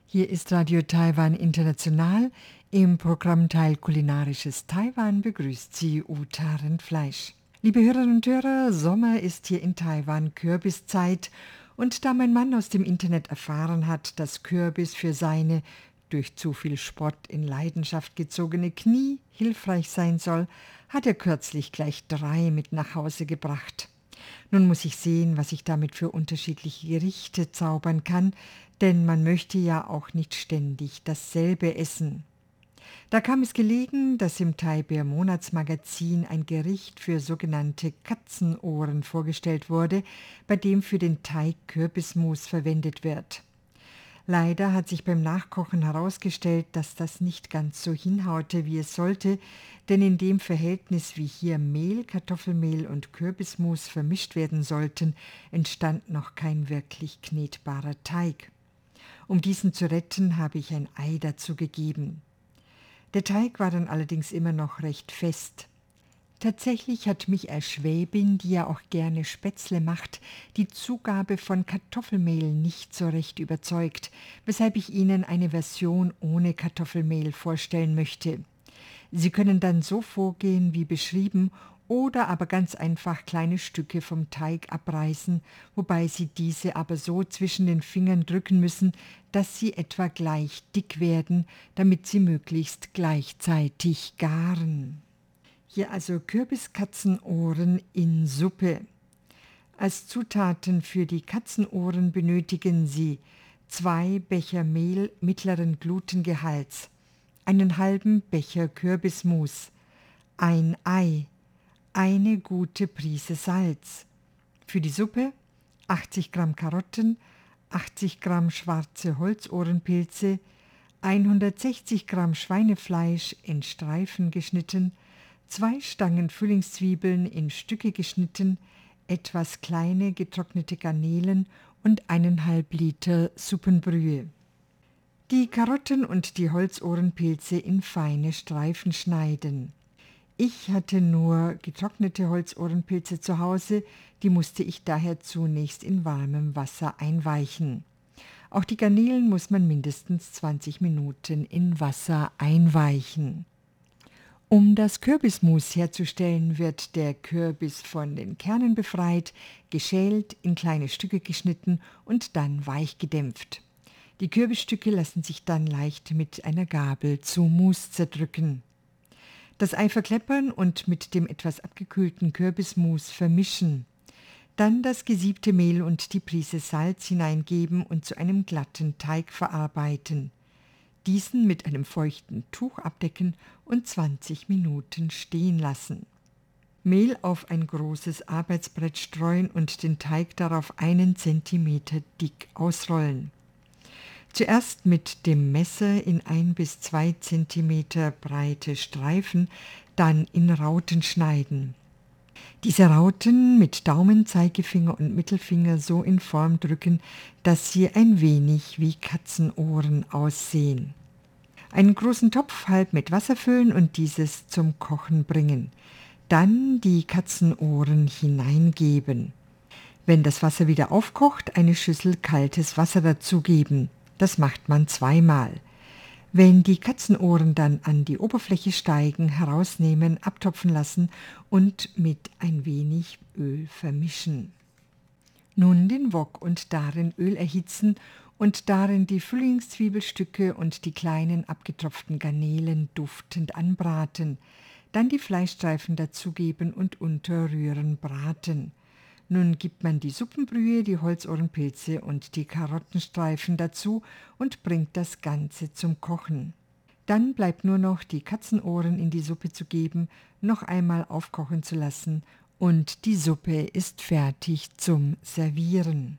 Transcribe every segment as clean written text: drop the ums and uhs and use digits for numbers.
Hier ist Radio Taiwan International. Im Programmteil Kulinarisches Taiwan begrüßt Sie Uta Rindfleisch. Liebe Hörerinnen und Hörer, Sommer ist hier in Taiwan Kürbiszeit. Und da mein Mann aus dem Internet erfahren hat, dass Kürbis für seine durch zu viel Sport in Leidenschaft gezogene Knie hilfreich sein soll, hat er kürzlich gleich 3 mit nach Hause gebracht. Nun muss ich sehen, was ich damit für unterschiedliche Gerichte zaubern kann, denn man möchte ja auch nicht ständig dasselbe essen. Da kam es gelegen, dass im Taipei Monatsmagazin ein Gericht für sogenannte Katzenohren vorgestellt wurde, bei dem für den Teig Kürbismus verwendet wird. Leider hat sich beim Nachkochen herausgestellt, dass das nicht ganz so hinhaute, wie es sollte, denn in dem Verhältnis, wie hier Mehl, Kartoffelmehl und Kürbismus vermischt werden sollten, entstand noch kein wirklich knetbarer Teig. Um diesen zu retten, habe ich ein Ei dazu gegeben. Der Teig war dann allerdings immer noch recht fest. Tatsächlich hat mich als Schwäbin, die ja auch gerne Spätzle macht, die Zugabe von Kartoffelmehl nicht so recht überzeugt, weshalb ich Ihnen eine Version ohne Kartoffelmehl vorstellen möchte. Sie können dann so vorgehen wie beschrieben oder aber ganz einfach kleine Stücke vom Teig abreißen, wobei Sie diese aber so zwischen den Fingern drücken müssen, dass sie etwa gleich dick werden, damit sie möglichst gleichzeitig garen. Hier also Kürbiskatzenohren in Suppe. Als Zutaten für die Katzenohren benötigen Sie 2 Becher Mehl mittleren Glutengehalts, einen halben Becher Kürbismus, ein Ei, eine gute Prise Salz. Für die Suppe 80 Gramm Karotten, 80 Gramm schwarze Holzohrenpilze, 160 Gramm Schweinefleisch in Streifen geschnitten, 2 Stangen Frühlingszwiebeln in Stücke geschnitten, etwas kleine getrocknete Garnelen und 1,5 Liter Suppenbrühe. Die Karotten und die Holzohrenpilze in feine Streifen schneiden. Ich hatte nur getrocknete Holzohrenpilze zu Hause, die musste ich daher zunächst in warmem Wasser einweichen. Auch die Garnelen muss man mindestens 20 Minuten in Wasser einweichen. Um das Kürbismus herzustellen, wird der Kürbis von den Kernen befreit, geschält, in kleine Stücke geschnitten und dann weich gedämpft. Die Kürbisstücke lassen sich dann leicht mit einer Gabel zu Mus zerdrücken. Das Ei verkleppern und mit dem etwas abgekühlten Kürbismus vermischen. Dann das gesiebte Mehl und die Prise Salz hineingeben und zu einem glatten Teig verarbeiten. Diesen mit einem feuchten Tuch abdecken und 20 Minuten stehen lassen. Mehl auf ein großes Arbeitsbrett streuen und den Teig darauf 1 Zentimeter dick ausrollen. Zuerst mit dem Messer in 1 bis 2 Zentimeter breite Streifen, dann in Rauten schneiden. Diese Rauten mit Daumen, Zeigefinger und Mittelfinger so in Form drücken, dass sie ein wenig wie Katzenohren aussehen. Einen großen Topf halb mit Wasser füllen und dieses zum Kochen bringen. Dann die Katzenohren hineingeben. Wenn das Wasser wieder aufkocht, eine Schüssel kaltes Wasser dazugeben. Das macht man 2-mal. Wenn die Katzenohren dann an die Oberfläche steigen, herausnehmen, abtopfen lassen und mit ein wenig Öl vermischen. Nun den Wok und darin Öl erhitzen und darin die Frühlingszwiebelstücke und die kleinen abgetropften Garnelen duftend anbraten. Dann die Fleischstreifen dazugeben und unterrühren braten. Nun gibt man die Suppenbrühe, die Holzohrenpilze und die Karottenstreifen dazu und bringt das Ganze zum Kochen. Dann bleibt nur noch die Katzenohren in die Suppe zu geben, noch einmal aufkochen zu lassen und die Suppe ist fertig zum Servieren.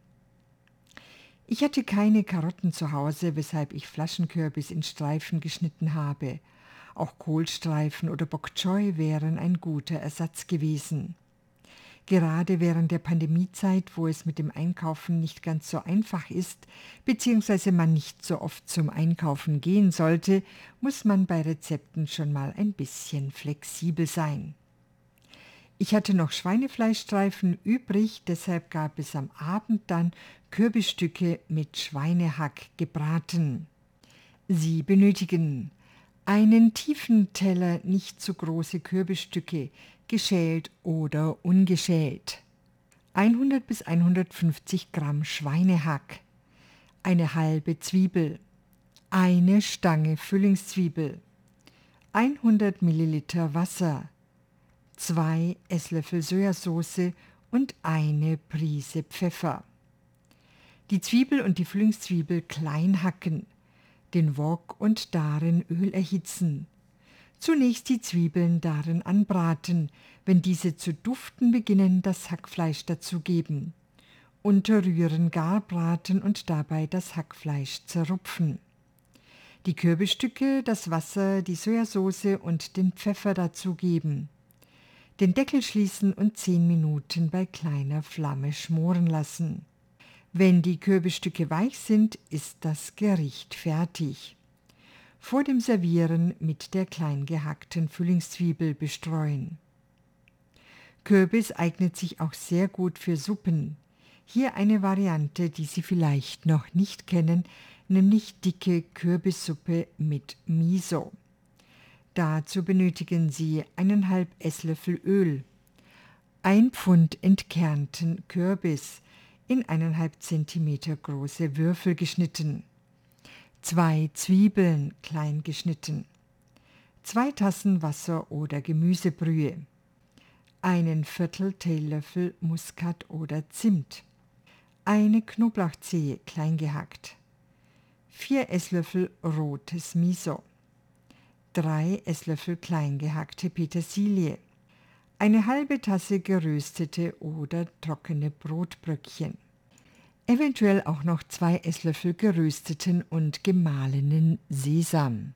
Ich hatte keine Karotten zu Hause, weshalb ich Flaschenkürbis in Streifen geschnitten habe. Auch Kohlstreifen oder Bok Choy wären ein guter Ersatz gewesen. Gerade während der Pandemiezeit, wo es mit dem Einkaufen nicht ganz so einfach ist, beziehungsweise man nicht so oft zum Einkaufen gehen sollte, muss man bei Rezepten schon mal ein bisschen flexibel sein. Ich hatte noch Schweinefleischstreifen übrig, deshalb gab es am Abend dann Kürbisstücke mit Schweinehack gebraten. Sie benötigen einen tiefen Teller, nicht zu große Kürbisstücke, geschält oder ungeschält, 100 bis 150 Gramm Schweinehack, eine halbe Zwiebel, eine Stange Frühlingszwiebel, 100 Milliliter Wasser, 2 Esslöffel Sojasauce und eine Prise Pfeffer. Die Zwiebel und die Frühlingszwiebel klein hacken, den Wok und darin Öl erhitzen. Zunächst die Zwiebeln darin anbraten, wenn diese zu duften beginnen, das Hackfleisch dazugeben. Unterrühren, gar braten und dabei das Hackfleisch zerrupfen. Die Kürbisstücke, das Wasser, die Sojasauce und den Pfeffer dazugeben. Den Deckel schließen und 10 Minuten bei kleiner Flamme schmoren lassen. Wenn die Kürbisstücke weich sind, ist das Gericht fertig. Vor dem Servieren mit der klein gehackten Frühlingszwiebel bestreuen. Kürbis eignet sich auch sehr gut für Suppen. Hier eine Variante, die Sie vielleicht noch nicht kennen, nämlich dicke Kürbissuppe mit Miso. Dazu benötigen Sie 1,5 Esslöffel Öl, 1 Pfund entkernten Kürbis, in 1,5 cm große Würfel geschnitten, 2 Zwiebeln klein geschnitten, 2 Tassen Wasser oder Gemüsebrühe, einen Viertel Teelöffel Muskat oder Zimt, eine Knoblauchzehe klein gehackt, 4 Esslöffel rotes Miso, 3 Esslöffel klein gehackte Petersilie, eine halbe Tasse geröstete oder trockene Brotbröckchen, eventuell auch noch 2 Esslöffel gerösteten und gemahlenen Sesam.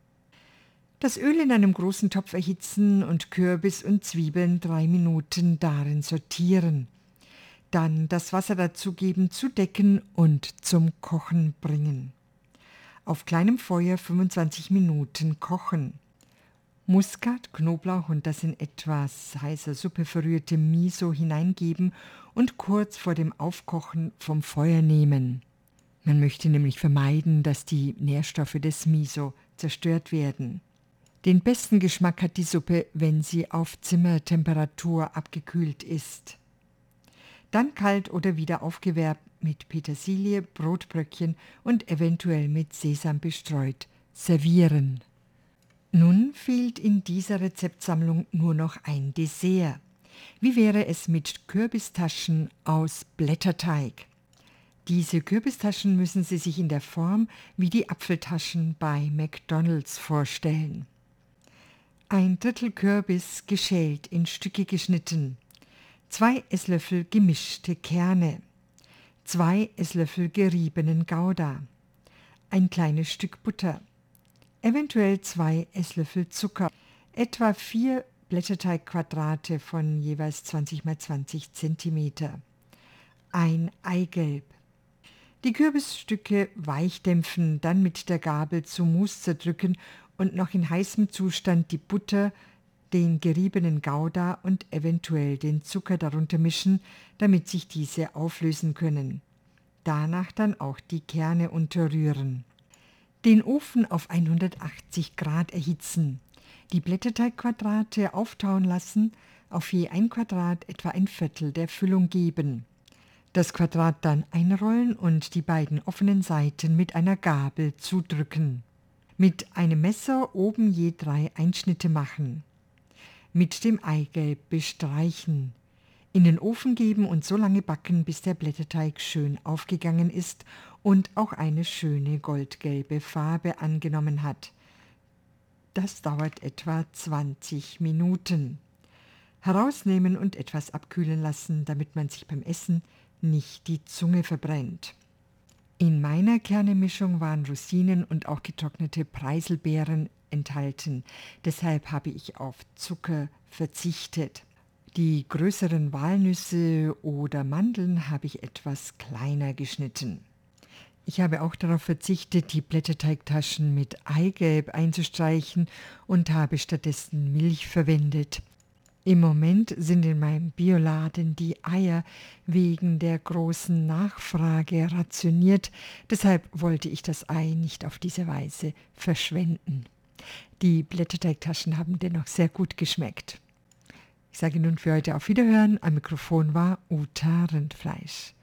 Das Öl in einem großen Topf erhitzen und Kürbis und Zwiebeln 3 Minuten darin sortieren. Dann das Wasser dazugeben, zudecken und zum Kochen bringen. Auf kleinem Feuer 25 Minuten kochen. Muskat, Knoblauch und das in etwas heißer Suppe verrührte Miso hineingeben und kurz vor dem Aufkochen vom Feuer nehmen. Man möchte nämlich vermeiden, dass die Nährstoffe des Miso zerstört werden. Den besten Geschmack hat die Suppe, wenn sie auf Zimmertemperatur abgekühlt ist. Dann kalt oder wieder aufgewärmt mit Petersilie, Brotbröckchen und eventuell mit Sesam bestreut servieren. Nun fehlt in dieser Rezeptsammlung nur noch ein Dessert. Wie wäre es mit Kürbistaschen aus Blätterteig? Diese Kürbistaschen müssen Sie sich in der Form wie die Apfeltaschen bei McDonald's vorstellen. 1/3 Kürbis geschält in Stücke geschnitten, 2 Esslöffel gemischte Kerne, 2 Esslöffel geriebenen Gouda, ein kleines Stück Butter, eventuell 2 Esslöffel Zucker, etwa 4 Blätterteigquadrate von jeweils 20 x 20 cm, ein Eigelb. Die Kürbisstücke weich dämpfen, dann mit der Gabel zu Mousse zerdrücken und noch in heißem Zustand die Butter, den geriebenen Gouda und eventuell den Zucker darunter mischen, damit sich diese auflösen können. Danach dann auch die Kerne unterrühren. Den Ofen auf 180 Grad erhitzen. Die Blätterteigquadrate auftauen lassen, auf je ein Quadrat etwa ein Viertel der Füllung geben. Das Quadrat dann einrollen und die beiden offenen Seiten mit einer Gabel zudrücken. Mit einem Messer oben je 3 Einschnitte machen. Mit dem Eigelb bestreichen. In den Ofen geben und so lange backen, bis der Blätterteig schön aufgegangen ist und auch eine schöne goldgelbe Farbe angenommen hat. Das dauert etwa 20 Minuten. Herausnehmen und etwas abkühlen lassen, damit man sich beim Essen nicht die Zunge verbrennt. In meiner Kernemischung waren Rosinen und auch getrocknete Preiselbeeren enthalten. Deshalb habe ich auf Zucker verzichtet. Die größeren Walnüsse oder Mandeln habe ich etwas kleiner geschnitten. Ich habe auch darauf verzichtet, die Blätterteigtaschen mit Eigelb einzustreichen und habe stattdessen Milch verwendet. Im Moment sind in meinem Bioladen die Eier wegen der großen Nachfrage rationiert, deshalb wollte ich das Ei nicht auf diese Weise verschwenden. Die Blätterteigtaschen haben dennoch sehr gut geschmeckt. Ich sage nun für heute auf Wiederhören. Am Mikrofon war Uta Rindfleisch.